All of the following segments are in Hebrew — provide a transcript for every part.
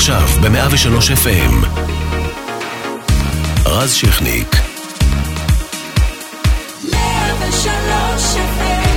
עכשיו ב-103 FM. רז שכניק. 103 FM.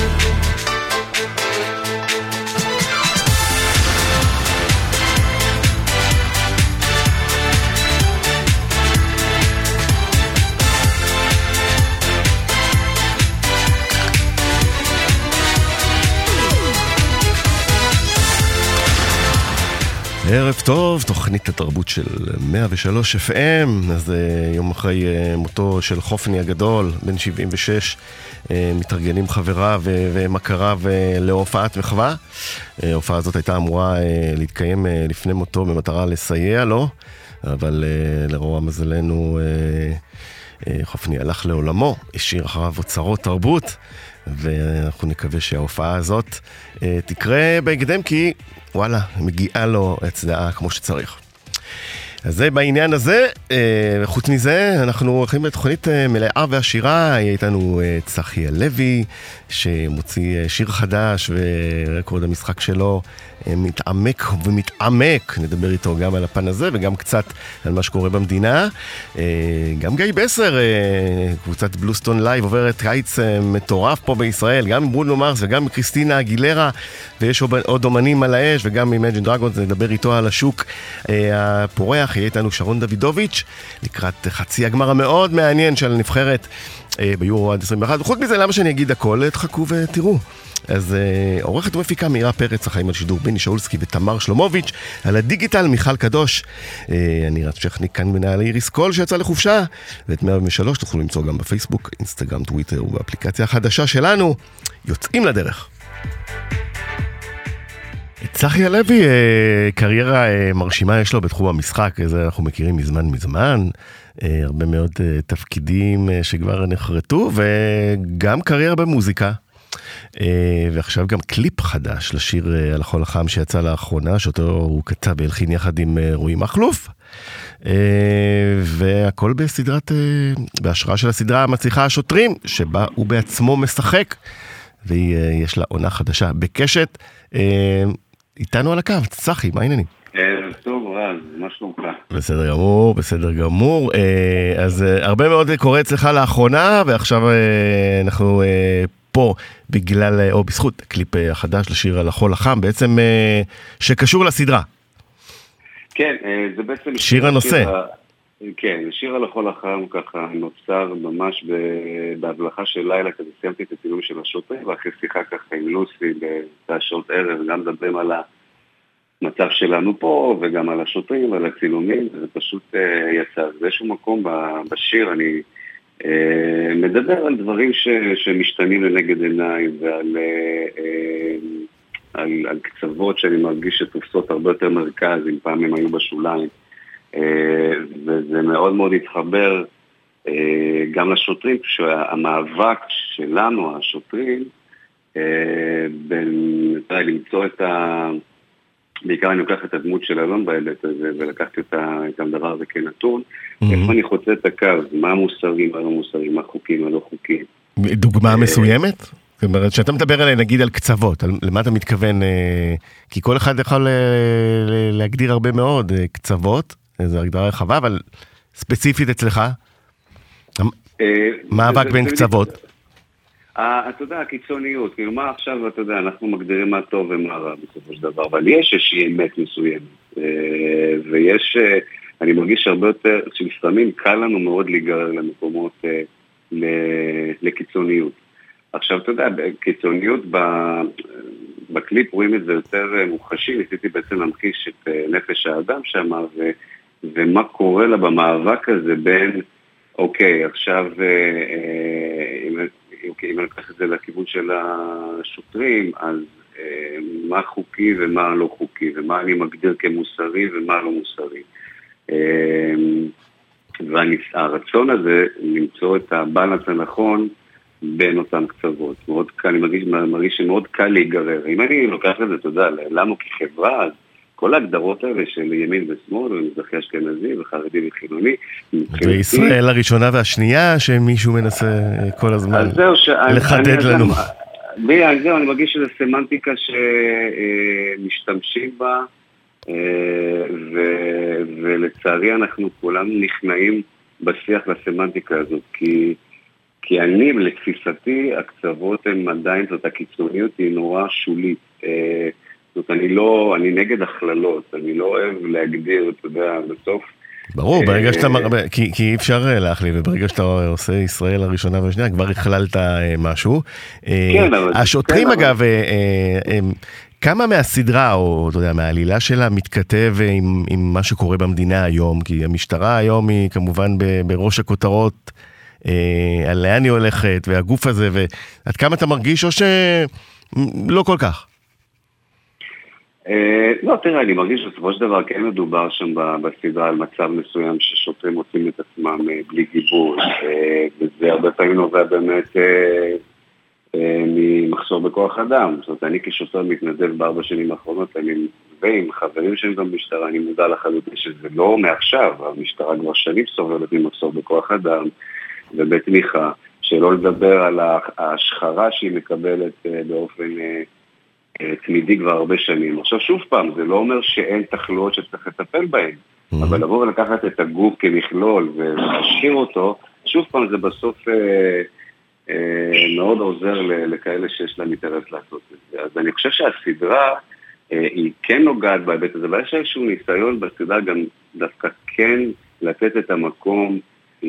ערב טוב, תוכנית התרבות של 103 FM. אז יום אחרי מותו של חופני הגדול, בן 76, מתארגנים חבריו ומכריו להופעת מחווה. ההופעה הזאת הייתה אמורה להתקיים לפני מותו במטרה לסייע לו, אבל לרוע מזלנו חופני הלך לעולמו, השאיר אחריו אוצרות תרבות, ואנחנו נקווה שההופעה הזאת תקרה בהקדם, כי וואלה, מגיעה לו הצדעה כמו שצריך. אז זה בעניין הזה. חוץ מזה, אנחנו הולכים לתוכנית מלאה ועשירה. יהיה איתנו צחי הלוי, שמוציא שיר חדש, ורקורד המשחק שלו מתעמק ומתעמק. נדבר איתו גם על הפן הזה, וגם קצת על מה שקורה במדינה. גם גיא בסר, קבוצת בלוסטון לייב, עוברת קיץ מטורף פה בישראל, גם עם ברונו מרס וגם עם קריסטינה אגילרה, ויש עוד אומנים על האש, וגם עם Imagine Dragons. נדבר איתו על השוק הפורח. יהיה איתנו שרון דוידוביץ' לקראת חצי הגמר המאוד מעניין של הנבחרת ביורו עד 21. וחוץ מזה, למה שאני אגיד הכל? תחכו ותראו. אז עורכת ומפיקה מאירה פרץ, החיים על שידור בני שאולסקי ותמר שלומוביץ', על הדיגיטל מיכל קדוש. אני רז שכניק כאן מנהל איריס קול שיצא לחופשה, ואת 103 תוכלו למצוא גם בפייסבוק, אינסטגרם, טוויטר ובאפליקציה החדשה שלנו. יוצאים לדרך. צחי הלוי, קריירה מרשימה יש לו בתחום המשחק, זה אנחנו מכירים מזמן, הרבה מאוד תפקידים שכבר נחרטו, וגם קריירה במוזיקה, ועכשיו גם קליפ חדש לשיר על החול החם שיצא לאחרונה, שאותו הוא כתב והלחין יחד עם רועי מחלוף, והכל בהשראה של הסדרה המצליחה השוטרים, שבה הוא בעצמו משחק, ויש לה עונה חדשה בקשת. איתנו על הקו, צחי, מה העניינים? טוב, רז, מה שלומך? בסדר גמור. אז הרבה מאוד קורה אצלך לאחרונה, ועכשיו אנחנו פה בגלל, או בזכות, הקליפ החדש לשיר על החול החם, בעצם שקשור לסדרה. כן, זה בעצם שיר הנושא. כן, שיר על החול החם ככה נוצר ממש בהבלחה של לילה, כזה סיימתי את הצילום של השוטרים, ואחרי שיחה ככה עם לוסי בשעות ערב, וגם מדברים על המצב שלנו פה, וגם על השוטרים ועל הצילומים, וזה פשוט יצא. באיזשהו מקום בשיר אני מדבר על דברים שמשתנים לנגד עיניי, ועל על קצוות שאני מרגיש שתופסות הרבה יותר מרכז, אם פעם הם היו בשוליים. וזה מאוד מאוד התחבר גם לשוטרים, שהמאבק שלנו, השוטרים, למצוא את בעיקר אני לוקח את הדמות של אלון בהיבט הזה, ולקחתי את הדבר הזה כנתון, איפה אני חוצה את הקו, מה מוסרי, מה לא מוסרי, מה חוקי, מה לא חוקי. דוגמה מסוימת? זאת אומרת, שאתה מדבר עליי, נגיד על קצוות, למה אתה מתכוון? כי כל אחד יכול להגדיר הרבה מאוד קצוות, זו הגדרה רחבה, אבל ספציפית אצלך, מאבק בין קצוות. אתה יודע, הקיצוניות, כאילו מה עכשיו, אתה יודע, אנחנו מגדירים מה טוב ומה רע בסופו של דבר, אבל יש איזושהי אמת מסוימת, ויש, אני מרגיש הרבה יותר, שלפעמים קל לנו מאוד להיגרר למקומות לקיצוניות. עכשיו, אתה יודע, קיצוניות בקליפ רואים את זה יותר מוחשי, ניסיתי בעצם להמחיש את נפש האדם שם, ומה קורה לה במאבק הזה בין, אוקיי, עכשיו, אם אני אקח את זה לכיוון של השוטרים, אז מה חוקי ומה לא חוקי, ומה אני מגדיר כמוסרי ומה לא מוסרי. והרצון הזה למצוא את הבלנס הנכון בין אותם קצוות. מאוד קל, אני מרגיש שמאוד קל להיגרר. אם אני לוקח את זה, אתה יודע, לנו כחברה, אז כל ההגדרות האלה של ימין ושמאל, ומזרחי אשכנזי וחרדי וחילוני. וישראל הראשונה והשנייה, שמישהו מנסה כל הזמן לחדד לנו. זהו, אני מרגיש שזה סמנטיקה שמשתמשים בה, ולצערי אנחנו כולם נכנעים בשיח לסמנטיקה הזאת, כי אני, לתפיסתי, הקצוות הן עדיין, זאת הקיצוניות היא נורא שולית. זאת אני נגד הכללות, אני לא אוהב להגדיר, אתה יודע, בסוף. ברור, ברגע שאתה, כי אי אפשר להכליל, וברגע שאתה עושה ישראל הראשונה והשנייה, כבר הכללת משהו. כן, אבל... השוטרים, אגב, כמה מהסדרה, או אתה יודע, מהעלילה שלה, מתכתב עם מה שקורה במדינה היום, כי המשטרה היום היא כמובן בראש הכותרות, על לאן היא הולכת, והגוף הזה, ועד כמה אתה מרגיש, או שלא כל כך? לא, תראה, אני מרגיש בסופו של דבר כן מדובר שם בסדרה על מצב מסוים ששוטרים מוצאים את עצמם בלי גיבוי, וזה הרבה פעמים נובע באמת ממחסור בכוח אדם. זאת אומרת, אני כשוטר מתנדב ב4 שנים האחרונות, ועם חברים שלי במשטרה, אני מודע לחלוטין שזה לא מעכשיו, המשטרה כבר שנים סובלת ממחסור בכוח אדם ובתמיכה, שלא לדבר על ההשחרה שהיא מקבלת באופן תמידי כבר הרבה שנים. עכשיו שוב פעם, זה לא אומר שאין תחלואות שצריך לטפל בהן, אבל לבוא ולקחת את הגוף כמכלול ולהשאיר אותו, שוב פעם זה בסוף מאוד עוזר לכאלה שיש להם אינטרס לעשות את זה. אז אני חושב שהסדרה היא כן נוגעת בהיבט הזה, ויש איזשהו ניסיון בסדרה גם דווקא כן לתת את המקום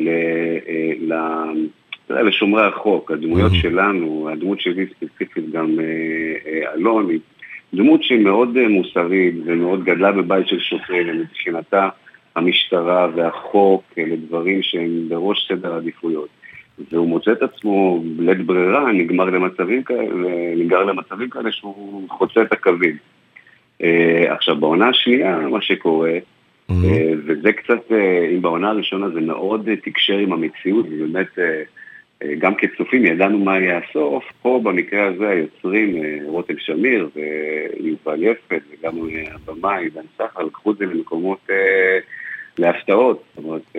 לשומרי החוק, הדמויות שלנו, הדמות שלי ספציפית גם אלון, היא דמות שהיא מאוד מוסרית ומאוד גדלה בבית של שוטרים, מבחינתה המשטרה והחוק לדברים שהם בראש סדר העדיפויות. והוא מוצא את עצמו בלית ברירה, נגמר למצבים כאלה שהוא חוצה את הקווים. עכשיו בעונה השנייה מה שקורה, וזה קצת, אם בעונה הראשונה זה מאוד תקשר עם המציאות, ובאמת גם כצופים ידענו מה יהיה הסוף. פה במקרה הזה היוצרים רותם שמיר ויובל יפת וגם הבמאי דן סחר לקחו את זה למקומות להפתעות. זאת אומרת,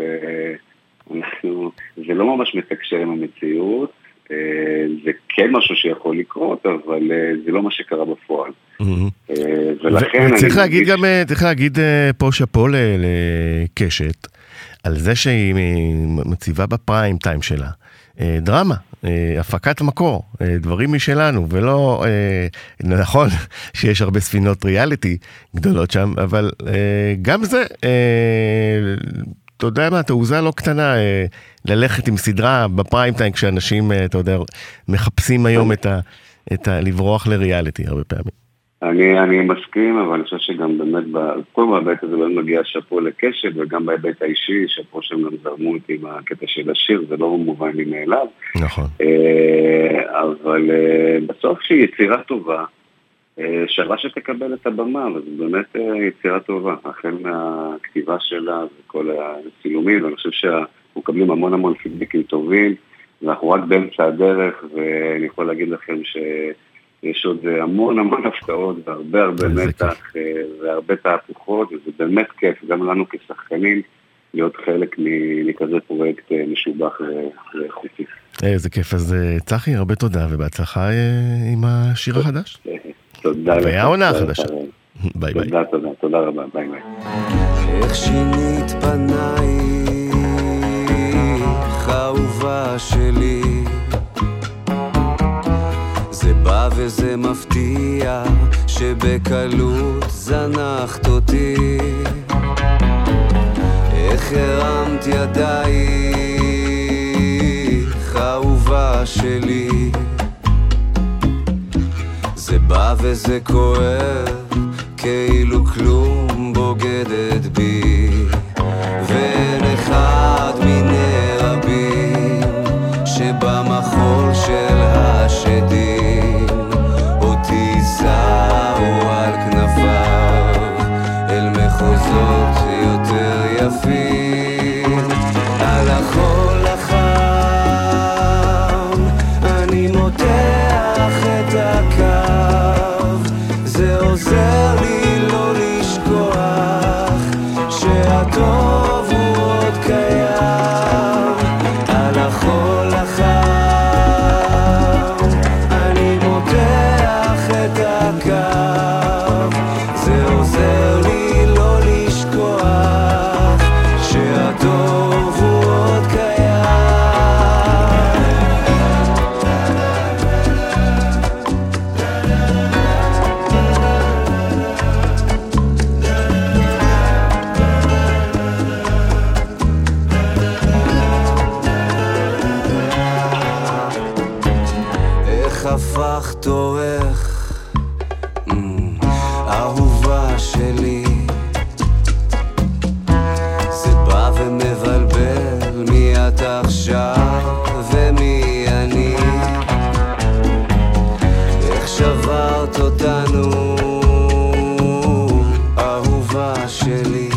זה לא ממש מתקשר עם המציאות, זה כן משהו שיכול לקרות, אבל זה לא מה שקרה בפועל. ולכן צריך להגיד גם, צריך להגיד פה שפה לקשת על זה שהיא מציבה בפריים טיים שלה דרמה, הפקת מקור, דברים משלנו, ולא, נכון שיש הרבה ספינות ריאליטי גדולות שם, אבל גם זה, אתה יודע מה, תעוזה לא קטנה ללכת עם סדרה בפריים טיים, כשאנשים, אתה יודע, מחפשים היום לברוח לריאליטי הרבה פעמים. אני מסכים, אבל אני חושב שגם באמת, כל בהיבט הזה באמת מגיע שפו לקשת, וגם בהיבט האישי, שפו שהם גם זרמו אותי עם הקטע של השיר, זה לא מובן לי מאליו. נכון. אבל בסוף שהיא יצירה טובה, שווה שתקבל את הבמה, וזו באמת יצירה טובה, החל מהכתיבה שלה וכל הצילומים, ואני חושב שאנחנו מקבלים המון פידבקים טובים, ואנחנו רק באמצע הדרך, ואני יכול להגיד לכם יש עוד המון הפתעות והרבה מתח והרבה תהפוכות, וזה באמת כיף גם לנו כשחקנים להיות חלק מכזה פרויקט משובח ואיכותי. איזה כיף. אז צחי, הרבה תודה ובהצלחה עם השיר החדש. תודה. והעונה החדשה. ביי ביי. תודה רבה, ביי ביי. איך שינית פנייך אהובה שלי, זה בא וזה מפתיע שבקלות זנחת אותי, איך הרמת ידייך אהובה שלי, זה בא וזה כואב כאילו כלום בוגדת בי, ואין אחד מיני רבים שבמחול של השדים אותי זהו על כנפיו אל מחוזות יותר יפים. על החול החם אני מותח את הקו, זה עוזר שלי. זה בא ומבלבל מי אתה עכשיו ומי אני, איך שברת אותנו אהובה שלי.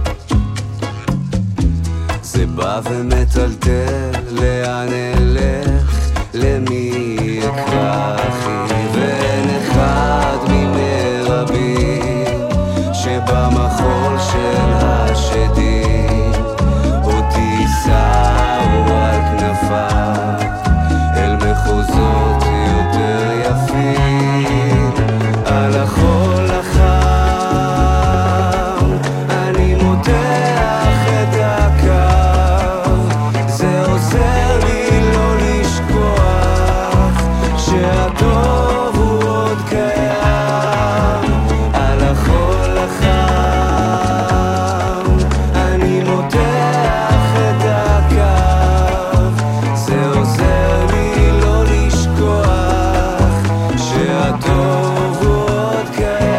זה בא ומטלטל לאן אלך, למי אקרא אחי, ואין אחד מיני רבים שבמחול של השדים אותי שאו על כנפיו אל מחוזות יותר יפים. על החול החם אני מותח את הקו, זה עוזר לי לא לשכוח שהטוב הוא עוד קיים. על החול החם אני מותח את הקו, זה עוזר לי לא לשכוח שהטוב הוא עוד קיים.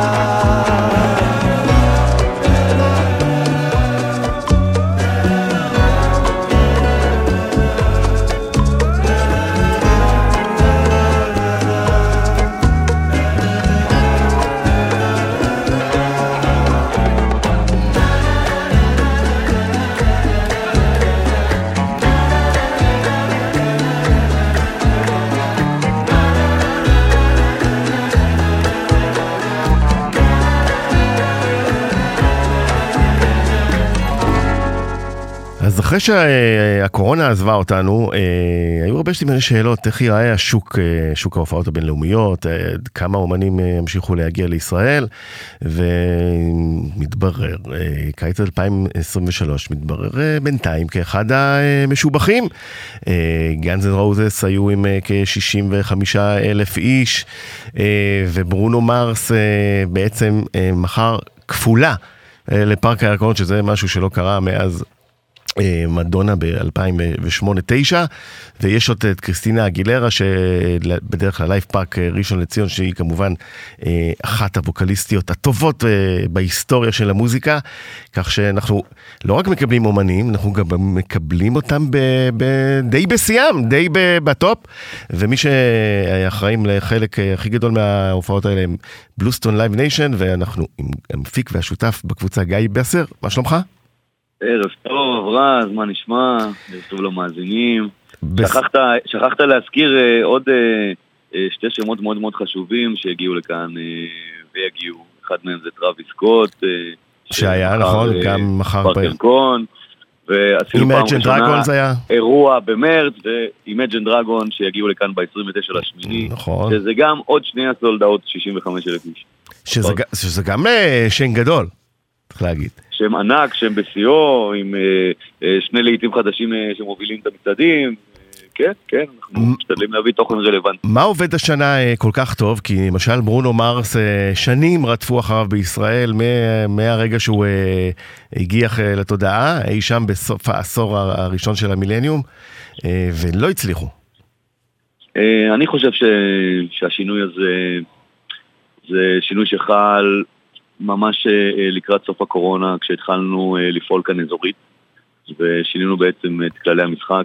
אז אחרי שהקורונה עזבה אותנו, היו הרבה שאלות, איך ייראה שוק ההופעות הבינלאומיות, כמה אומנים המשיכו להגיע לישראל, ומתברר, קיץ 2023, מתברר בינתיים כאחד המשובחים. גאנז אנד רוזס היו עם כ-65,000 איש, וברונו מרס בעצם מחר כפולה לפארק הירקון, שזה משהו שלא קרה מאז מדונה ב-2008-2009, ויש עוד את קריסטינה אגילרה, שבדרך כלל לייב פארק ראשון לציון, שהיא כמובן אחת הווקליסטיות הטובות בהיסטוריה של המוזיקה, כך שאנחנו לא רק מקבלים אומנים, אנחנו גם מקבלים אותם די בסיים, די בטופ, ומי שאחראים לחלק הכי גדול מההופעות האלה הם בלוסטון לייב ניישן, ואנחנו עם המפיק והשותף בקבוצה גיא בסר. מה שלומך? ערב טוב, רז, מה נשמע? ערב טוב למאזינים. שכחת להזכיר עוד שתי שמות מאוד מאוד חשובים שהגיעו לכאן ויגיעו. אחד מהם זה טראביס סקוט, שהיה נכון, גם מחר פארקרקון, ועשינו פעם ראשונה אירוע במרץ, ואימג'ן דרגון שיגיעו לכאן ב-29/8, נכון. שזה גם עוד שני הסולדאות 65,000 איש. שזה גם שם גדול, צריך להגיד. שם ענק, שם בסיור, עם שני לעיתים חדשים שמובילים את המצעדים. כן, כן, אנחנו משתדלים להביא תוכן רלוונטי. מה עובד השנה כל כך טוב? כי למשל ברונו מרס שנים רדפו אחריו בישראל, מהרגע שהוא הגיע לתודעה, אי שם בסוף העשור הראשון של המילניום, ולא הצליחו. אני חושב שהשינוי הזה זה שינוי שחל ממש לקראת סוף הקורונה, כשהתחלנו לפעול כאן אזורית, ושינינו בעצם את כללי המשחק.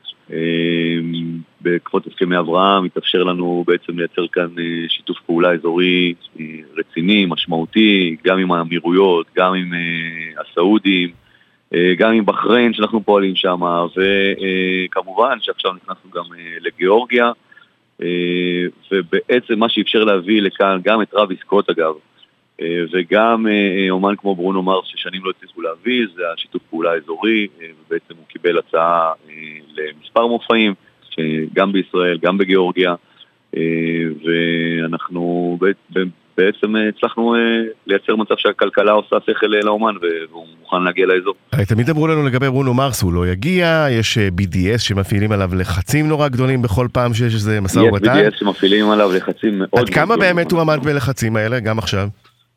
בעקבות הסכמי אברהם התאפשר לנו בעצם לייצר כאן שיתוף פעולה אזורי רציני, משמעותי, גם עם האמירויות, גם עם הסעודים, גם עם בחריין שאנחנו פועלים שם, וכמובן שעכשיו נכנסנו גם לגיאורגיה, ובעצם מה שאפשר להביא לכאן גם את טראביס סקוט אגב, וגם אומן כמו ברונו מרס ששנים לא הצליחו להביא, זה השיתוף פעולה האזורי, ובעצם הוא קיבל הצעה למספר מופעים, גם בישראל, גם בגיאורגיה, ואנחנו בעצם הצלחנו לייצר מצב שהכלכלה עושה שכל לאומן, והוא מוכן להגיע לאזור. תמיד אמרו לנו לגבי ברונו מרס, הוא לא יגיע, יש BDS שמפעילים עליו לחצים נורא גדולים בכל פעם שיש איזה מסע ובטן. יש BDS שמפעילים עליו לחצים מאוד גדולים. עד כמה באמת הוא עמד בלחצים האלה, גם עכשיו?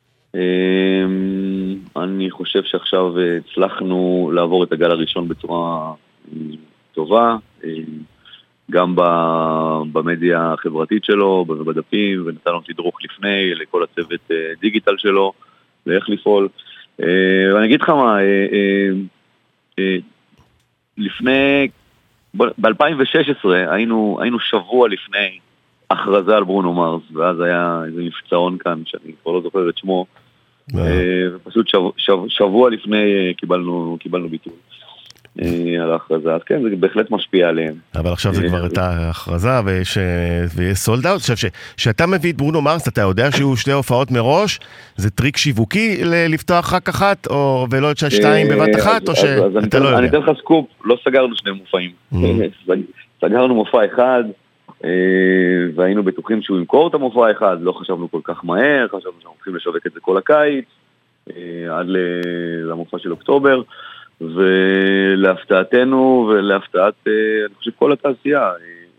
אני חושב שעכשיו הצלחנו לעבור את הגל הראשון בצורה טובה. גם במדיה החברתית שלו, בדפים, ונתן לו תדרוך לפני לכל הצוות דיגיטל שלו, לאיך לפעול. ואני אגיד לך מה, לפני, ב-2016 היינו שבוע לפני הכרזה על ברונו מרס, ואז היה איזה מבצעון כאן, שאני כבר לא זוכר את שמו, ופשוט שבוע לפני קיבלנו ביטול על ההכרזה. אז כן, זה בהחלט משפיע עליהם. אבל עכשיו זה כבר הייתה הכרזה ויש סולד אאוט. עכשיו, שאתה מביא את ברונו מרס, אתה יודע שיהיו שתי הופעות מראש? זה טריק שיווקי לפתוח רק אחת, ולא את שתיים בבת אחת, או שאתה לא יודע? אני אתן לך סקופ, לא סגרנו שני מופעים. סגרנו מופע אחד, והיינו בטוחים שהוא ימכור את המופע אחד, לא חשבנו כל כך מהר, חשבנו שאנחנו צריכים לשווק את זה כל הקיץ, עד למופע של אוקטובר, ולהפתעתנו ולהפתעת, אני חושב כל התעשייה,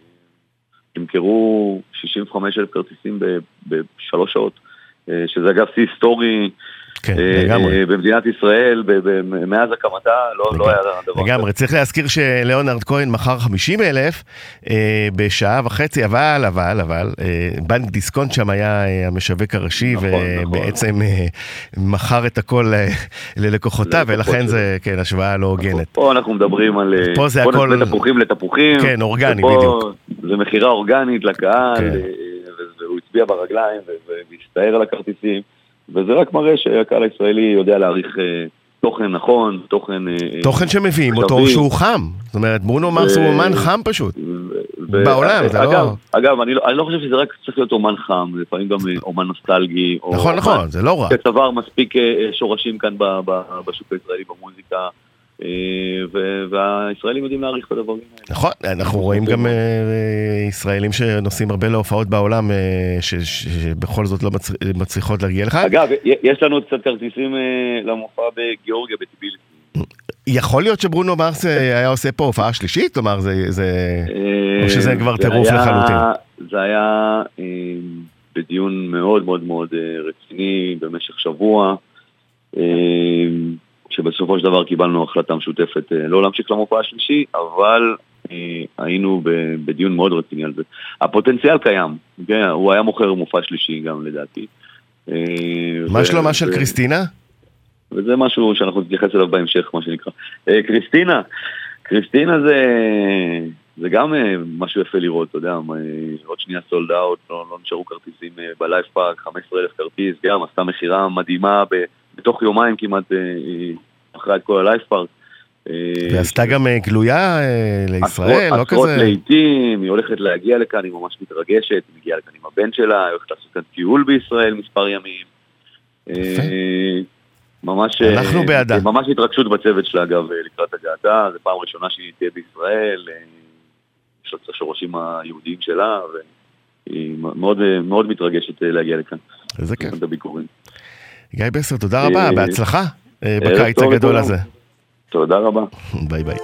נמכרו 65,000 כרטיסים בשלוש שעות, שזה אגב שיא היסטורי, כן, לגמרי. במדינת ישראל, מאז הקמתה, לא היה דבר. לגמרי, צריך להזכיר שלאונרד כהן מכר 50,000 בשעה וחצי, אבל, בנק דיסקונט שם היה המשווק הראשי, ובעצם מכר את הכל ללקוחותיו, ולכן זה, כן, השוואה לא הוגנת. פה אנחנו מדברים על, פה זה הכל תפוחים לתפוחים. כן, אורגני, בדיוק. זה מחירה אורגנית לקהל, והוא הצביע ברגליים, והסתער על הכרטיסים. וזה רק מראה שהקהל הישראלי יודע להעריך תוכן נכון, תוכן שמביאים אותו שהוא חם. זאת אומרת, ברונו מרס הוא אומן חם פשוט. בעולם, זה לא... אגב, אני לא חושב שזה רק צריך להיות אומן חם, זה לפעמים גם אומן נוסטלגי. נכון, זה לא רק. שצבר מספיק שורשים כאן בשוק הישראלי במוזיקה, והישראלים יודעים להעריך את הדברים האלה. נכון, אנחנו רואים גם ישראלים שנוסעים הרבה להופעות בעולם שבכל זאת לא מצליחות להגיע לך. אגב, יש לנו קצת כרטיסים למופע בגיאורגיה, בטיביליסי. יכול להיות שברונו מרס היה עושה פה הופעה שלישית? כלומר, או שזה כבר טירוף לחלוטין? זה היה בדיון מאוד מאוד מאוד רציני במשך שבוע, שבסופו של דבר קיבלנו החלטה משותפת לא להמשיך למופע השלישי, אבל היינו בדיון מאוד רציני על זה. הפוטנציאל קיים, הוא היה מוכר מופע שלישי גם לדעתי. מה שלומה של קריסטינה? וזה משהו שאנחנו נתייחס אליו בהמשך, מה שנקרא. קריסטינה זה גם משהו יפה לראות, אתה יודע, עוד שנייה סולד אאוט, לא נשארו כרטיסים בלייב פארק, 15,000 כרטיס, גם עשתה מחירה מדהימה בתוך יומיים כמעט אחרי את כל הלייב פארק. ועשתה גם גלויה לישראל, לא כזה? עשרות לעיתים, היא הולכת להגיע לכאן, היא ממש מתרגשת, היא מגיעה לכאן עם הבן שלה, היא הולכת לעשות כאן טיול בישראל מספר ימים. אנחנו בעדה. ממש התרגשות בצוות שלה, אגב, לקראת הגעתה, זו פעם ראשונה שהיא תהיה בישראל, יש לה את השורשים היהודיים שלה, והיא מאוד מתרגשת להגיע לכאן. איזה כיף. גיא בסר, תודה רבה, בהצלחה בקיץ הגדול הזה. תודה רבה. ביי ביי.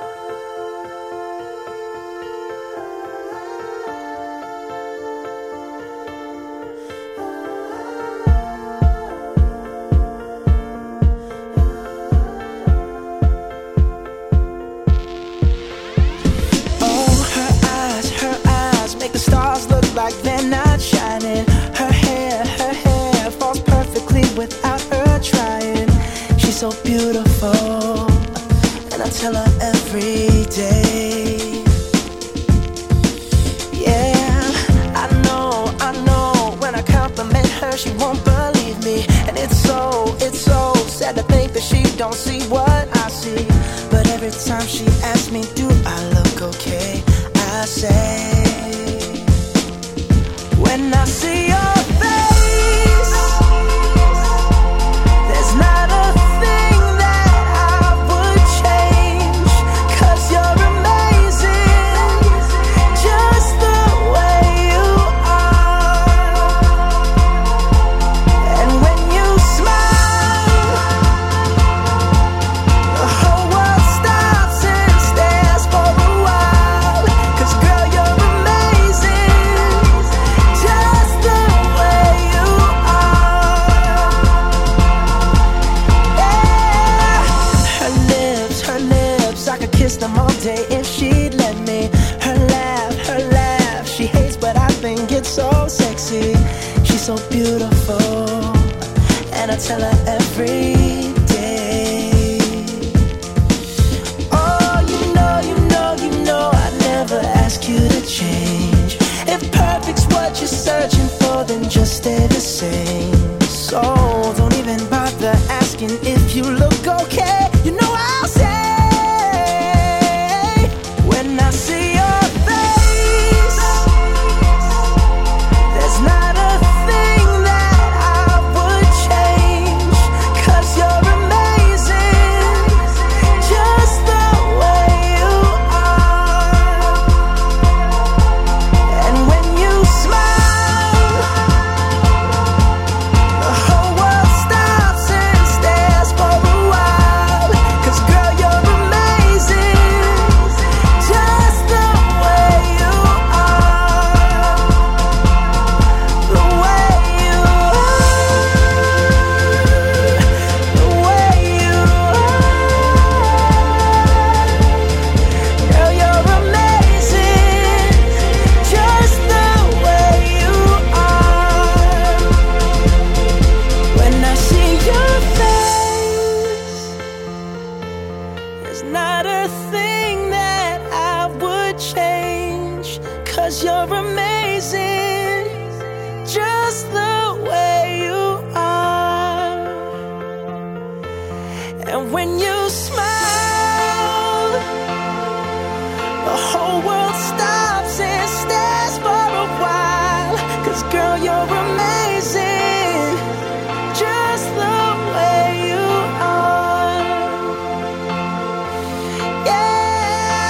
So beautiful, and I tell her every day. Yeah, I know, when I compliment her, she won't believe me. And it's so sad to think that she don't see what I see. But every time she asks me, do I look okay? I say, when I see your face, there's not a smile. tell her every day. Oh, you know I'd never ask you to change. If perfect's what you're searching for, then just stay the same. So don't even bother asking if you look okay. You know I'll say when I see your face, there's not a thing that I would change, 'cause you're amazing, just the way you are. And when you smile, the whole world stops and stares for a while, 'cause girl, you're amazing, just the way you are, the way you are, the way you are. Girl, you're amazing, just the way you are. When I see your face, there's not a thing that I would change, 'cause you're amazing, just the way you are. And when you smile, the whole world stops and stares for a while, 'cause girl, you're amazing, just the way you are. Yeah.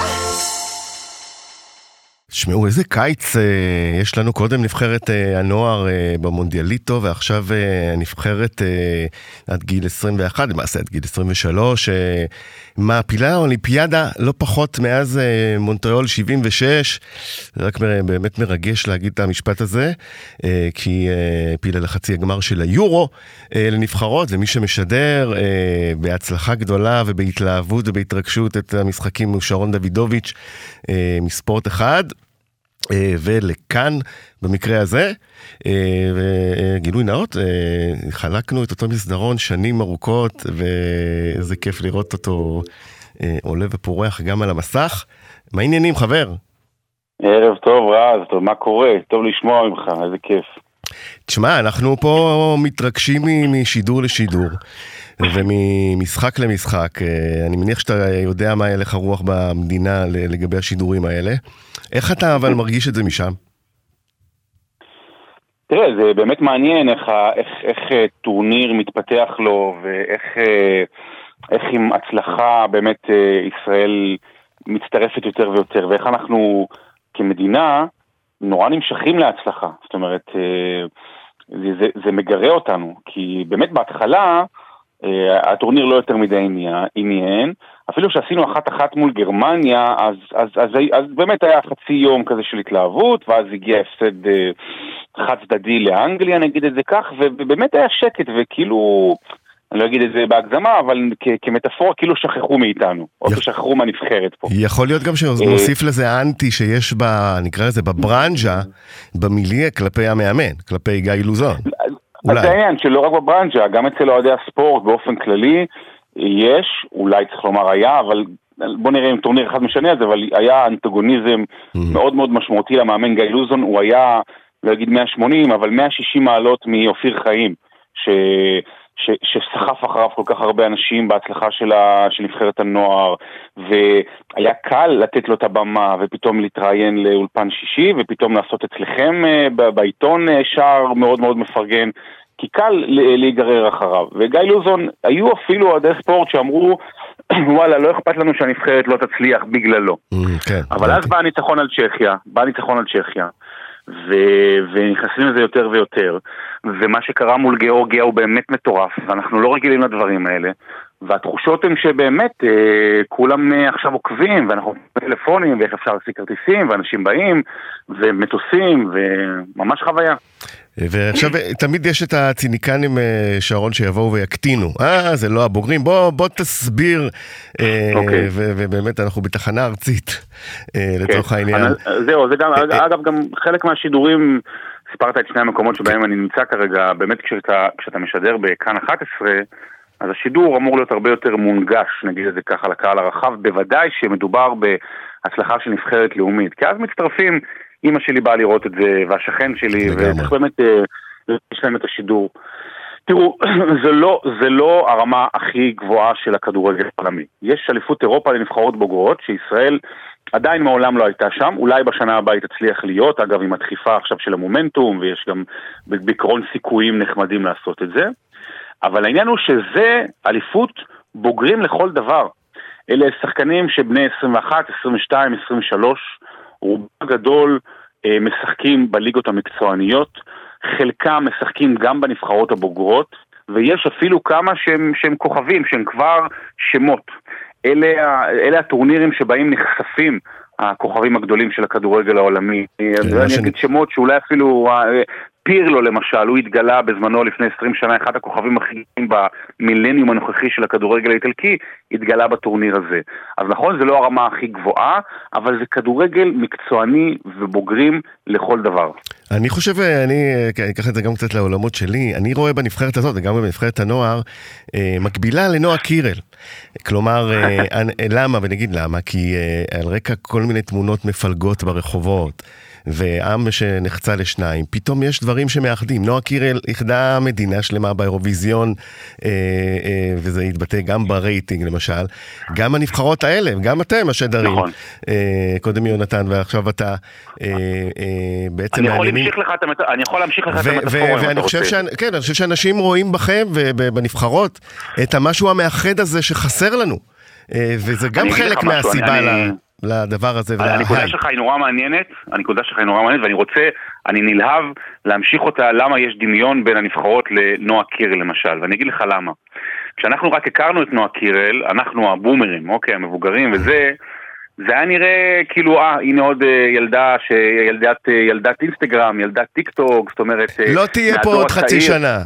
תשמעו, איזה קיץ יש לנו. קודם נבחרת הנוער במונדיאליטו, ועכשיו הנבחרת עד גיל 21, למעשה עד גיל 23, מעפילה האולימפיאדה לא פחות מאז מונטריאול 76. זה רק באמת מרגש להגיד את המשפט הזה, כי העפילה לחצי הגמר של היורו לנבחרות, ומי שמשדר בהצלחה גדולה ובהתלהבות ובהתרגשות את המשחקים הוא שרון דוידוביץ' מספורט אחד, ולכאן במקרה הזה, וגילוי נאות, חלקנו את אותו מסדרון שנים ארוכות, ואיזה כיף לראות אותו עולה ופורח גם על המסך. מה העניינים, חבר? ערב טוב, רז, טוב, מה קורה? טוב לשמוע ממך, איזה כיף. תשמע, אנחנו פה מתרגשים משידור לשידור, וממשחק למשחק. אני מניח שאתה יודע מה הלך הרוח במדינה לגבי השידורים האלה. איך אתה אבל מרגיש את זה משם? תראה, זה באמת מעניין איך טורניר מתפתח לו, ואיך עם הצלחה באמת ישראל מצטרפת יותר ויותר, ואיך אנחנו כמדינה נורא נמשכים להצלחה. זאת אומרת, זה מגרה אותנו, כי באמת בהתחלה הטורניר לא יותר מדי עניין, אפילו שעשינו 1-1 מול גרמניה, אז באמת היה חצי יום כזה של התלהבות, ואז הגיע הפסד חד צדדי לאנגליה, נגיד את זה כך, ובאמת היה שקט, וכאילו, אני לא אגיד את זה בהגזמה, אבל כמטאפורה כאילו שכחו מאיתנו, או שכחו מהנבחרת פה. יכול להיות גם שנוסיף לזה האנטי שיש נקרא לזה בברנז'ה, במיליה כלפי המאמן, כלפי גיא לוזון. אז זה העניין שלא רק בברנז'ה, גם אצל אוהדי הספורט באופן כללי, יש, אולי צריך לומר היה, אבל בוא נראה אם טורניר אחד משנה את זה, אבל היה אנטגוניזם מאוד מאוד משמעותי למאמן גיא לוזון, הוא היה, לא אגיד 180, אבל 160 מעלות מאופיר חיים, שסחף אחריו כל כך הרבה אנשים בהצלחה של נבחרת הנוער, והיה קל לתת לו את הבמה, ופתאום להתראיין לאולפן שישי, ופתאום לעשות אצלכם בעיתון שער מאוד מאוד מפרגן, כי קל להיגרר אחריו. וגיא לוזון, היו אפילו עדי ספורט שאמרו, וואלה, לא אכפת לנו שהנבחרת לא תצליח בגללו. אבל אז בא הניצחון על צ'כיה, ונכנסים לזה יותר ויותר, ומה שקרה מול גיאורגיה הוא באמת מטורף, ואנחנו לא רגילים לדברים האלה, והתחושות הן שבאמת כולם עכשיו עוקבים, ואנחנו בטלפונים, ואיך אפשר להשיג כרטיסים, ואנשים באים, ומטוסים, וממש חוויה. ועכשיו תמיד יש את הציניקנים שרון שיבואו ויקטינו, זה לא הבוגרים, בוא תסביר, ובאמת אנחנו בתחנה ארצית לצורך העניין. זהו, זה גם, אגב גם חלק מהשידורים ספרת את שני המקומות שבהם אני נמצא כרגע, באמת כשאתה משדר בכאן 11, אז השידור אמור להיות הרבה יותר מונגש, נגיד את זה ככה, לקהל הרחב, בוודאי שמדובר בהצלחה של נבחרת לאומית, כי אז מצטרפים, אמא שלי באה לראות את זה, והשכן שלי, וצריך באמת, יש להם את השידור. תראו, זה לא הרמה הכי גבוהה של הכדורגל העולמי. יש אליפות אירופה לנבחרות בוגרות, שישראל עדיין מעולם לא הייתה שם, אולי בשנה הבאה היא תצליח להיות, אגב עם הדחיפה עכשיו של המומנטום, ויש גם בעקרון סיכויים נחמדים לעשות את זה, אבל העניין הוא שזה אליפות בוגרים לכל דבר. אלה שחקנים שבני 21, 22, 23, רובם גדול משחקים בליגות המקצועניות, חלקם משחקים גם בנבחרות הבוגרות, ויש אפילו כמה שהם כוכבים, שהם כבר שמות. אלה הטורנירים שבהם נחשפים הכוכבים הגדולים של הכדורגל העולמי. אני אגיד שמות שאולי אפילו פירלו למשל, הוא התגלה בזמנו לפני 20 שנה, אחד הכוכבים הכי גדולים במילניום הנוכחי של הכדורגל האיטלקי, התגלה בטורניר הזה. אז נכון, זה לא הרמה הכי גבוהה, אבל זה כדורגל מקצועני ובוגרים לכל דבר. אני חושב, אני אקח את זה גם קצת לעולמות שלי, אני רואה בנבחרת הזאת, וגם בנבחרת הנוער, מקבילה לנועה קירל. כלומר, למה? ונגיד למה? כי על רקע כל מיני תמונות מפלגות ברחובות, ועם שנחצה לשניים, פתאום יש דברים שמאחדים. נועה קירל יחדה מדינה שלמה באירוויזיון, וזה יתבטא גם ברייטינג למשל, גם הנבחרות האלה, גם אתם השדרים, נכון. קודם יונתן ועכשיו אתה בעצם אני יכול להמשיך לך את המטאפורה. ואני חושב שאנשים רואים בכם ובנבחרות את המשהו המאחד הזה שחסר לנו, וזה גם חלק מהסיבה לדבר הזה. הנקודה שלך היא נורא מעניינת, ואני נלהב להמשיך אותה, למה יש דמיון בין הנבחרות לנועה קירל למשל, ואני אגיד לך למה. כשאנחנו רק הכרנו את נועה קירל, אנחנו הבומרים, אוקיי, המבוגרים, וזה היה נראה כאילו, הנה עוד ילדת אינסטגרם, ילדת טיק טוק, זאת אומרת, לא תהיה פה עוד חצי שנה,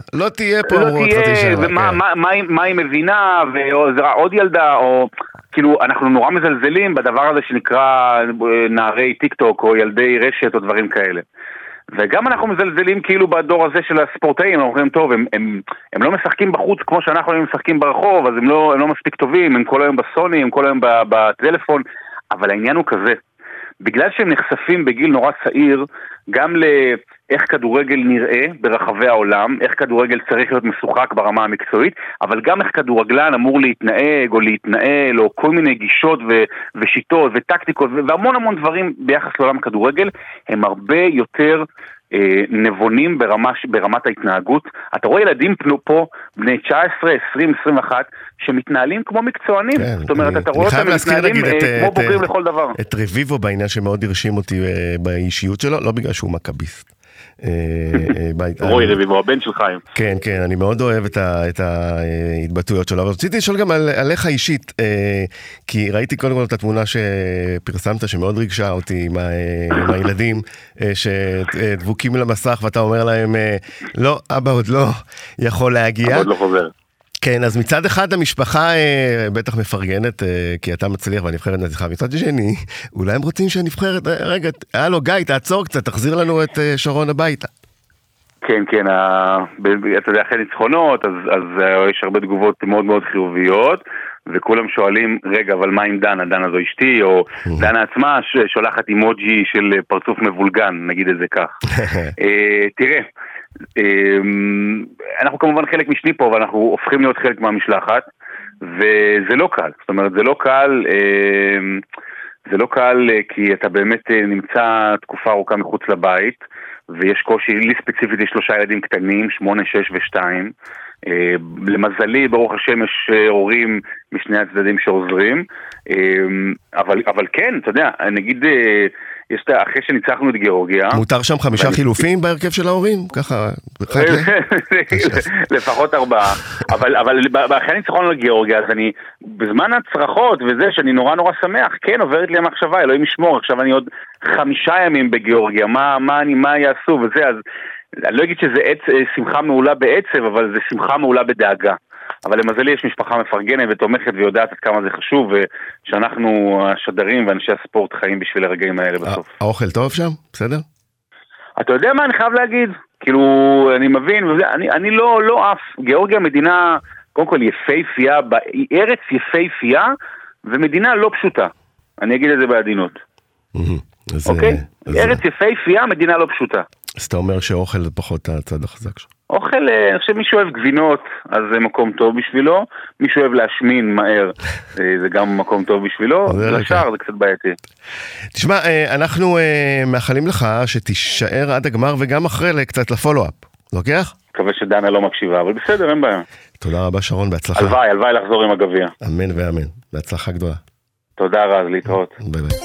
מה היא מבינה, ועוד ילדה, או כאילו, אנחנו נורא מזלזלים בדבר הזה שנקרא נערי טיק טוק, או ילדי רשת, או דברים כאלה. וגם אנחנו מזלזלים כאילו בדור הזה של הספורטאים, אנחנו אומרים, טוב, הם לא משחקים בחוץ כמו שאנחנו משחקים ברחוב, אז הם לא מספיק טובים, הם כל היום בסוני, הם כל היום בטלפון, אבל העניין הוא כזה, בגלל שהם נחשפים בגיל נורא צעיר, גם לאיך כדורגל נראה ברחבי העולם, איך כדורגל צריך להיות משוחק ברמה המקצועית, אבל גם איך כדורגלן אמור להתנהג או להתנהל, או כל מיני גישות ושיטות וטקטיקות, והמון המון דברים ביחס לעולם כדורגל, הם הרבה יותר נבונים ברמת ההתנהגות. אתה רואה ילדים פה, בני 19, 20, 21, שמתנהלים כמו מקצוענים. כן, זאת אומרת, אתה רואה אותם מתנהלים כמו בוגרים לכל דבר. את רביבו בעניין שמאוד הרשים אותי באישיות שלו, לא בגלל שהוא מקביסט. רוי רביבו, הבן של חיים. כן, כן, אני מאוד אוהב את ההתבטאויות שלו, אבל רציתי לשאול גם עליך אישית, כי ראיתי קודם כל את התמונה שפרסמת, שמאוד ריגשה אותי עם הילדים, שדבוקים למסך, ואתה אומר להם, לא, אבא עוד לא יכול להגיע. אבא עוד לא חוזר. כן, אז מצד אחד המשפחה בטח מפרגנת, כי אתה מצליח והנבחרת נצליחה. מצד שני, אולי הם רוצים שהנבחרת, רגע, הלו גיא, תעצור קצת, תחזיר לנו את שרון הביתה. כן, כן, אתה יודע, אחרי ניצחונות, אז יש הרבה תגובות מאוד מאוד חיוביות, וכולם שואלים, רגע, אבל מה עם דנה? דנה זו אשתי, או דנה עצמה שולחת אימוג'י של פרצוף מבולגן, נגיד את זה כך. תראה, אנחנו כמובן חלק משני פה, ואנחנו הופכים להיות חלק מהמשלחת, וזה לא קל. זאת אומרת, זה לא קל כי אתה באמת נמצא תקופה ארוכה מחוץ לבית, ויש קושי, לי ספציפית יש 3 ילדים קטנים, 8, 6 ו2. למזלי, ברוך השם, יש הורים משני הצדדים שעוזרים, אבל כן, אתה יודע, נגיד, אחרי שניצחנו את גיאורגיה... מותר שם 5 חילופים בהרכב של ההורים? ככה... לפחות 4. אבל אחרי ניצחנו את גיאורגיה, אז אני, בזמן הצרחות וזה, שאני נורא נורא שמח, כן, עוברת לי המחשבה, אלוהים ישמור, עכשיו אני עוד 5 ימים בגיאורגיה, מה יעשו וזה, אז אני לא אגיד שזה שמחה מעולה בעצב, אבל זה שמחה מעולה בדאגה. אבל למזלי יש משפחה מפרגנת ותומכת ויודעת עד כמה זה חשוב, ושאנחנו השדרים ואנשי הספורט חיים בשביל הרגעים האלה בסוף. האוכל טוב שם? בסדר? אתה יודע מה אני חייב להגיד? כאילו, אני מבין, אני לא אף, גיאורגיה מדינה, קודם כל יפהפייה, ארץ יפהפייה, ומדינה לא פשוטה. אני אגיד את זה בעדינות. אוקיי? ארץ יפהפייה, מדינה לא פשוטה. אז אתה אומר שאוכל זה פחות הצד החזק שלו. אוכל, אני חושב מישהו אוהב גבינות, אז זה מקום טוב בשבילו, מישהו אוהב להשמין מהר, זה גם מקום טוב בשבילו, לשאר זה קצת בעייתי. תשמע, אנחנו מאחלים לך שתישאר עד הגמר וגם אחרי קצת לפולו-אפ, לוקח? מקווה שדנה לא מקשיבה, אבל בסדר, אין בעיה. תודה רבה שרון, בהצלחה. הלוואי לחזור עם הגביע. אמן ואמן, בהצלחה גדולה. תודה רז, להתראות. ביי ביי.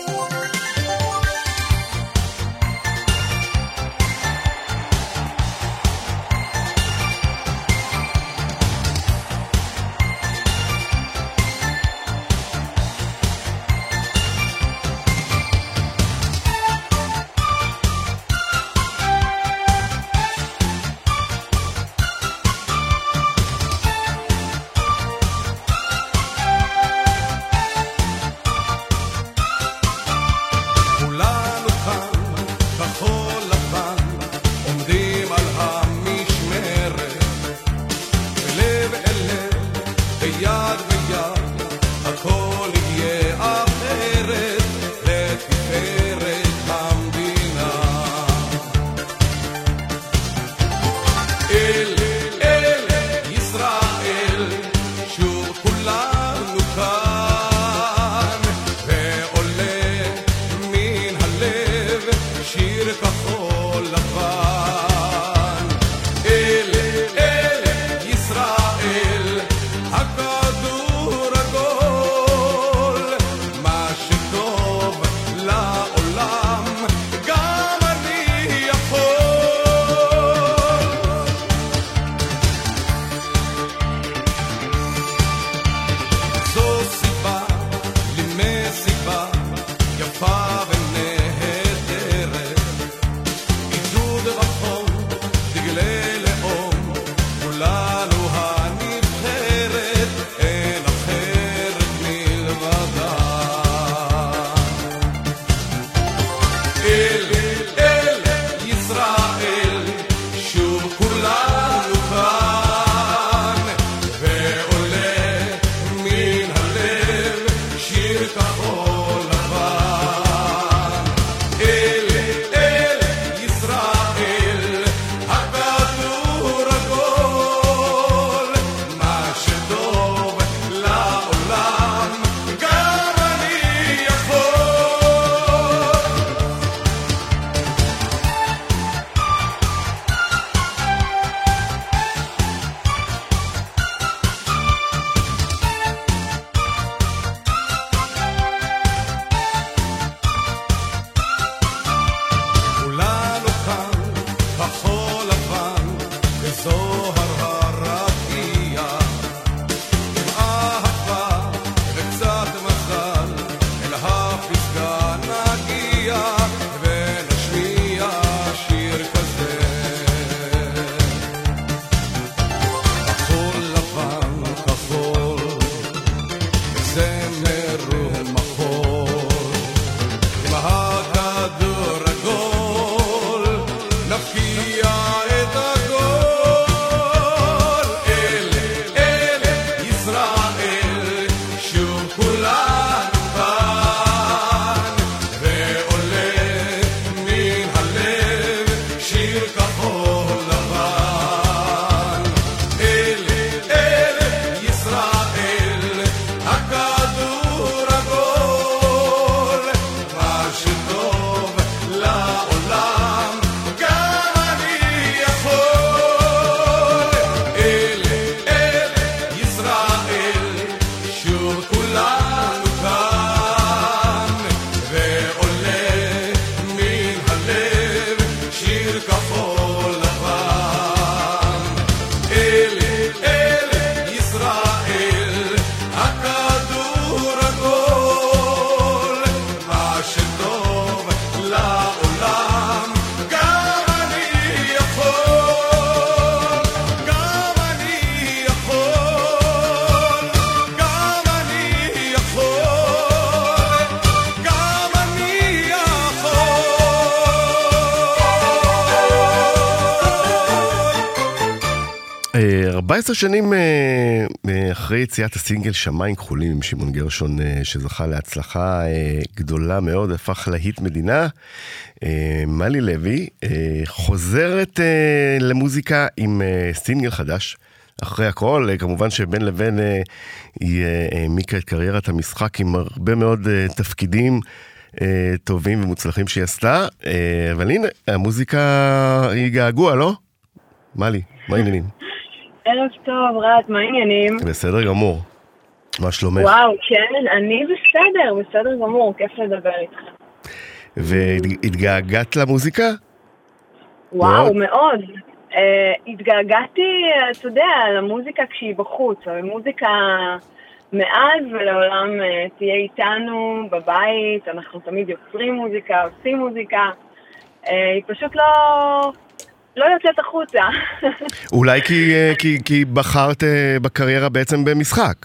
14 שנים אחרי יציאת הסינגל שמיים כחולים עם שמעון גרשון, שזכה להצלחה גדולה מאוד, הפך להיט מדינה, מלי לוי חוזרת למוזיקה עם סינגל חדש. אחרי הכל, כמובן שבין לבין היא העמיקה את קריירת המשחק עם הרבה מאוד תפקידים טובים ומוצלחים שהיא עשתה, אבל הנה, המוזיקה היא געגוע, לא? מלי, מה העניינים? ערב טוב, רעת, מה העניינים? בסדר גמור. מה שלומך? וואו, כן, אני בסדר גמור, כיף לדבר איתך. והתגעגעת למוזיקה? וואו, מאוד. התגעגעתי, אתה יודע, למוזיקה כשהיא בחוץ, המוזיקה מאז ולעולם תהיה איתנו בבית, אנחנו תמיד יוצרים מוזיקה, עושים מוזיקה, היא פשוט לא יוצאת החוצה. אולי כי בחרת בקריירה בעצם במשחק.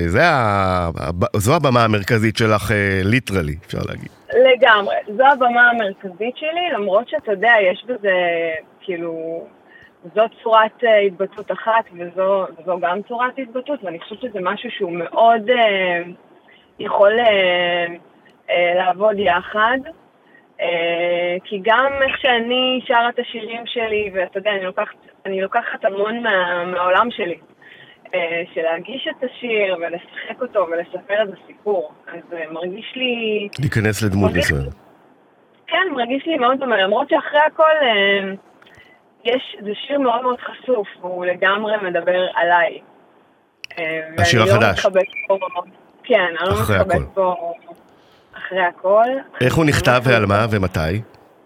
זו הבמה המרכזית שלך, ליטרלי, אפשר להגיד. לגמרי, זו הבמה המרכזית שלי, למרות שאתה יודע, יש בזה, כאילו, זו צורת התבטאות אחת, וזו גם צורת התבטאות, ואני חושבת שזה משהו שהוא מאוד יכול לעבוד יחד. כי גם איך שאני שרה את השירים שלי, ואתה יודע, אני לוקחת המון מהעולם שלי, של להגיש את השיר ולשחק אותו ולספר את הסיפור. אז מרגיש לי... להיכנס לדמות מסוימת. כן, מרגיש לי מאוד דומה, למרות שאחרי הכל זה שיר מאוד מאוד חשוף, והוא לגמרי מדבר עליי. השיר החדש. כן, אני לא מתחבאת פה... אחרי הכל. איך הוא נכתב ועל מה ומתי?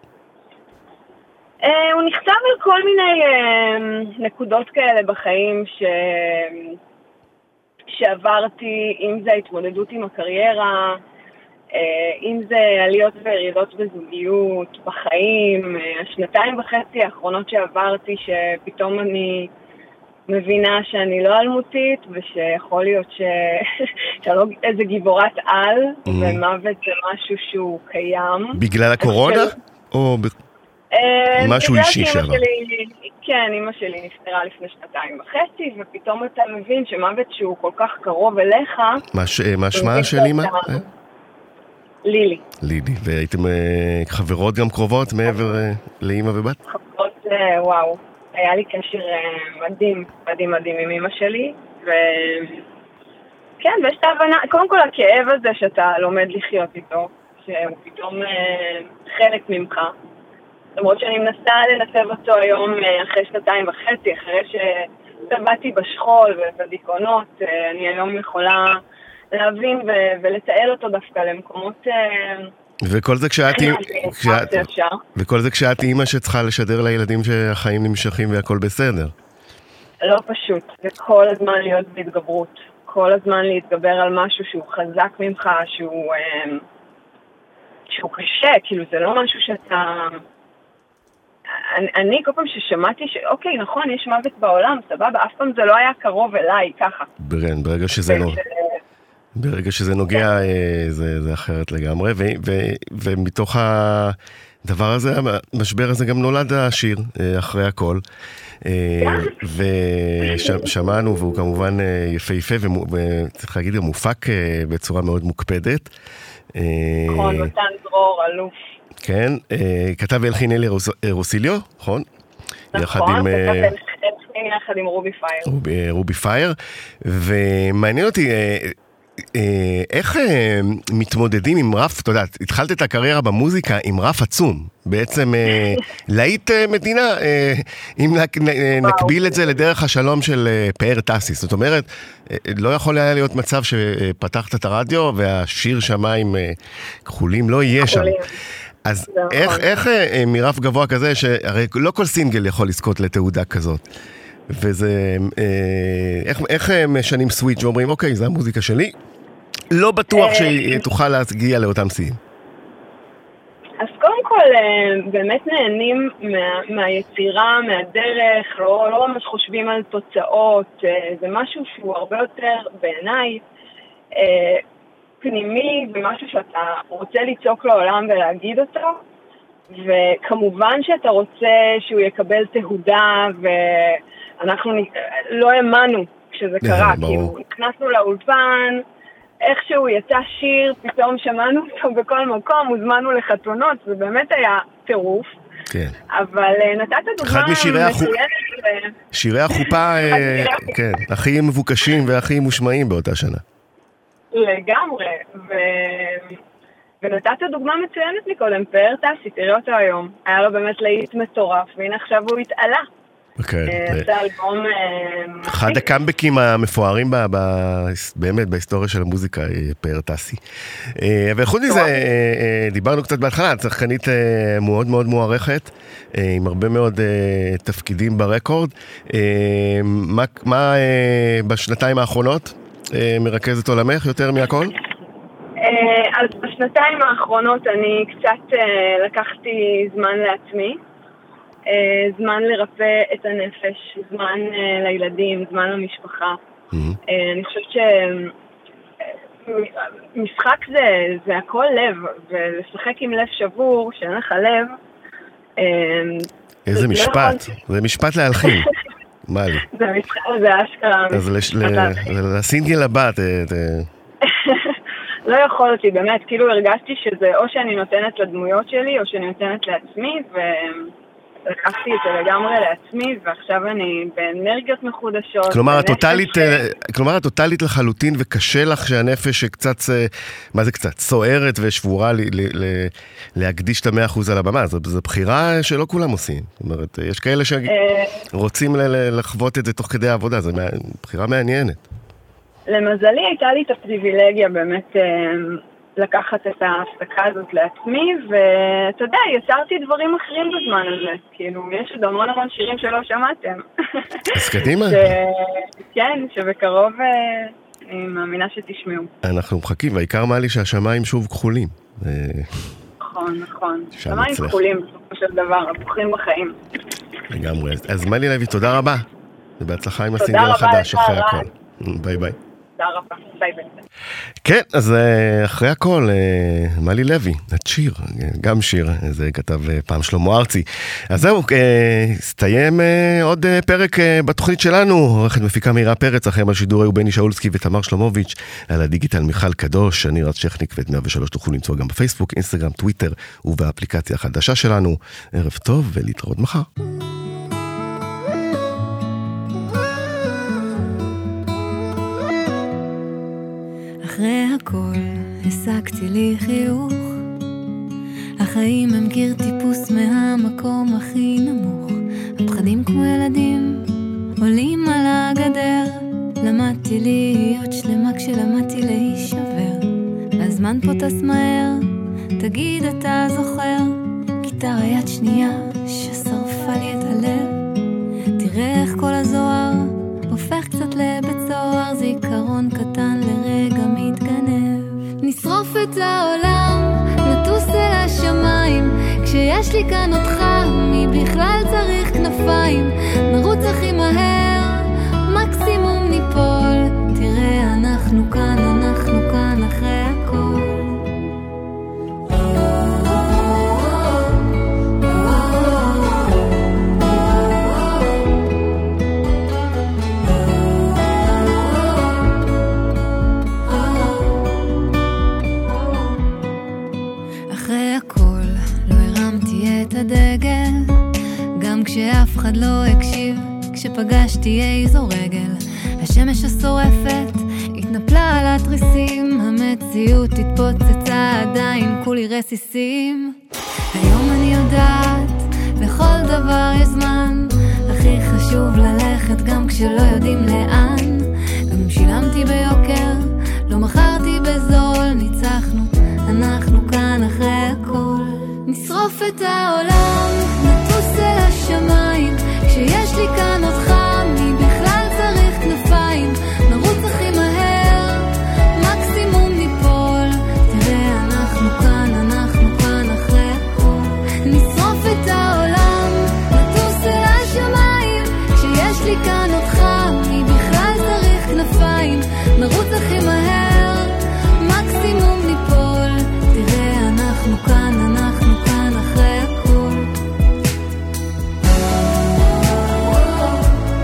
הוא נכתב על כל מיני נקודות כאלה בחיים שעברתי, אם זה ההתמודדות עם הקריירה, אם זה עליות וירידות בזוגיות, בחיים, 2.5 האחרונות שעברתי, שפתאום אני מבינה שאני לא אלמותית, ושיכול להיות שלא איזה גיבורת על, ומוות זה משהו שהוא קיים. בגלל הקורונה? או משהו אישי שעבר? כן, אמא שלי נפטרה לפני 2.5, ופתאום אתה מבין שמוות שהוא כל כך קרוב אליך. מה שמה של אמא? לילי. לילי, והייתם חברות גם קרובות מעבר לאמא ובת? חברות, וואו. היה לי קשר מדהים עם אמא שלי, כן, ויש את ההבנה, קודם כל הכאב הזה שאתה לומד לחיות איתו, שהוא פתאום חלק ממך, למרות שאני מנסה לנסב אותו היום אחרי 2.5, אחרי שטבעתי בשכול ובדיכאונות, אני היום יכולה להבין ולתעל אותו דווקא למקומות... וכל זה כשאת אימא שצריכה לשדר לילדים שהחיים נמשכים והכל בסדר. לא פשוט, זה כל הזמן להיות בהתגברות, כל הזמן להתגבר על משהו שהוא חזק ממך, שהוא קשה, כאילו זה לא משהו שאתה... אני כל פעם ששמעתי אוקיי, נכון, יש מוות בעולם, סבבה, אף פעם זה לא היה קרוב אליי, ככה. ברגע שזה נוגע, זה אחרת לגמרי, ומתוך הדבר הזה, המשבר הזה גם נולד השיר, אחרי הכל, ושמענו, והוא כמובן יפהפה, וצריך להגיד, הוא מופק בצורה מאוד מוקפדת. נכון, מתן דרור, אלוף. כן, כתב אלחין אלי רוסיליו, נכון? נכון, יחד עם רובי פייר. רובי פייר, ומעניין אותי... איך מתמודדים עם רף, אתה יודע, התחלת את הקריירה במוזיקה עם רף עצום, בעצם להיט מדינה, אם נקביל את זה לדרך השלום של פאר טאסיס, זאת אומרת, לא יכול היה להיות מצב שפתחת את הרדיו והשיר שמיים כחולים לא יהיה שם. אז איך מרף גבוה כזה, שהרי לא כל סינגל יכול לזכות לתעודה כזאת, וזה, איך משנים סוויץ' ואומרים, אוקיי, זה המוזיקה שלי, לא בטוח שהיא תוכל להגיע לאותם שיאים. אז קודם כל, באמת נהנים מהיצירה, מהדרך, לא ממש חושבים על תוצאות, זה משהו שהוא הרבה יותר בעיניי פנימי, ומשהו שאתה רוצה לצעוק לעולם ולהגיד אותו, וכמובן שאתה רוצה שהוא יקבל תהודה אנחנו לא האמנו כשזה קרה, כאילו, נכנסנו לאולפן, איכשהו יצא שיר, פתאום שמענו אותו בכל מקום, הוזמנו לחתונות, זה באמת היה טירוף. כן. אבל נתת דוגמה מצוינת. שירי החופה, כן, הכי מבוקשים והכי מושמעים באותה שנה. לגמרי, ונתת דוגמה מצוינת מקודם, פאר טסי, תראה אותו היום. היה לו באמת להיט מטורף, והנה עכשיו הוא התעלה. זה אלבום... אחד הקאמבקים המפוארים באמת בהיסטוריה של המוזיקה, פאר טסי. וחוץ מזה, דיברנו קצת בהתחלה, צרכנית מאוד מאוד מוערכת, עם הרבה מאוד תפקידים ברקורד. מה בשנתיים האחרונות מרכזת עולמך יותר מהכל? אז בשנתיים האחרונות אני קצת לקחתי זמן לעצמי, זמן לרפא את הנפש, זמן לילדים, זמן למשפחה. אני חושבת שמשחק זה הכל לב, ולשחק עם לב שבור, שאין לך לב. איזה משפט, זה משפט להלחין. מה לי? זה אשכרה. אז לסינגל הבא, לא יכולתי, באמת, כאילו הרגשתי שזה או שאני נותנת לדמויות שלי, או שאני נותנת לעצמי, ולקחתי את זה לגמרי לעצמי, ועכשיו אני באנרגיות מחודשות. כלומר, הטוטלית לחלוטין, וקשה לך שהנפש קצת, מה זה קצת? סוערת ושבורה להקדיש את 100% על הבמה. זו בחירה שלא כולם עושים. זאת אומרת, יש כאלה שרוצים לחוות את זה תוך כדי העבודה, זו בחירה מעניינת. למזלי הייתה לי את הפריבילגיה באמת לקחת את ההפסקה הזאת לעצמי, ואתה יודע, יצרתי דברים אחרים בזמן הזה. כאילו, יש עוד המון שירים שלא שמעתם. אז קדימה. כן, שבקרוב אני מאמינה שתשמעו. אנחנו מחכים, והעיקר מה לי שהשמיים שוב כחולים. נכון. שמיים כחולים, בסופו של דבר, בוחרים בחיים. לגמרי. אז מלי לוי, תודה רבה. ובהצלחה עם הסינגל החדש אחרי הכל. ביי ביי. כן, אז אחרי הכל, מלי לוי, את שיר, גם שיר, זה כתב פעם שלמה ארצי. אז זהו, הסתיים עוד פרק בתוכנית שלנו, עורכת מפיקה מאירה פרץ, אחרי השידור היו בני שאולסקי ותמר שלומוביץ', על הדיגיטל מיכל קדוש, אני רץ שכניק ואת 103 תוכלו למצוא גם בפייסבוק, אינסטגרם, טוויטר ובאפליקציה החדשה שלנו. ערב טוב ולהתראות מחר. אחרי הכל השגתי לי חיוך, החיים הם קיר טיפוס מהמקום הכי נמוך, הפחדים כמו ילדים עולים על הגדר, למדתי להיות שלמה כשלמדתי להישבר, הזמן פה טס מהר, תגיד אתה זוכר, גיטרה יד שנייה ששרפה לי את הלב, תראה איך כל הזוהר הופך קצת לבית סוהר, זיכרון קטן לרגע מתגנב, נשרוף את העולם, נטוס אל השמיים, כשיש לי כאן אותך, מי בכלל צריך כנפיים, נרוץ הכי מהר, מקסימום ניפול, תראה אנחנו כאן אחרי הכל. הדגל, גם כשאף אחד לא הקשיב, כשפגשתי איזו רגל, השמש השורפת התנפלה על התריסים, המציאות התפוצצה עדיין כולי רסיסים, היום אני יודעת לכל דבר יש זמן, הכי חשוב ללכת גם כשלא יודעים לאן, גם אם שילמתי ביוקר לא מכרתי בזול, ניצחנו, אנחנו כאן אחרי הכל, נשרוף את העולם, נטוס אל השמיים, כשיש לי כאן אותך, מי בכלל צריך כנפיים, נרוץ הכי מהר, מקסימום ניפול, תראה אנחנו כאן אחרי הכל, נשרוף את העולם, נטוס אל השמיים, כשיש לי כאן אותך, מי בכלל צריך כנפיים, נרוץ הכי מהר, מקסימום ניפול, תראה אנחנו כאן אחרי הכל.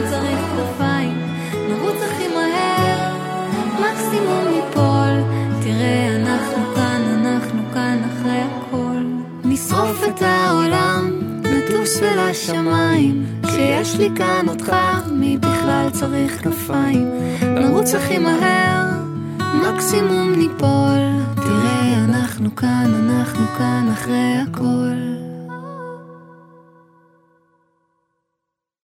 צריך כתפיים, נרוץ הכי מהר, מקסימום ניפול, תראה אנחנו כאן אחרי הכל. נשרוף את העולם, נטוס ולשמיים, כשיש לי כאן אותך, מי בכלל צריך כנפיים? נרוץ הכי מהר, מקסימום ניפול, תראה אנחנו כאן אחרי הכל.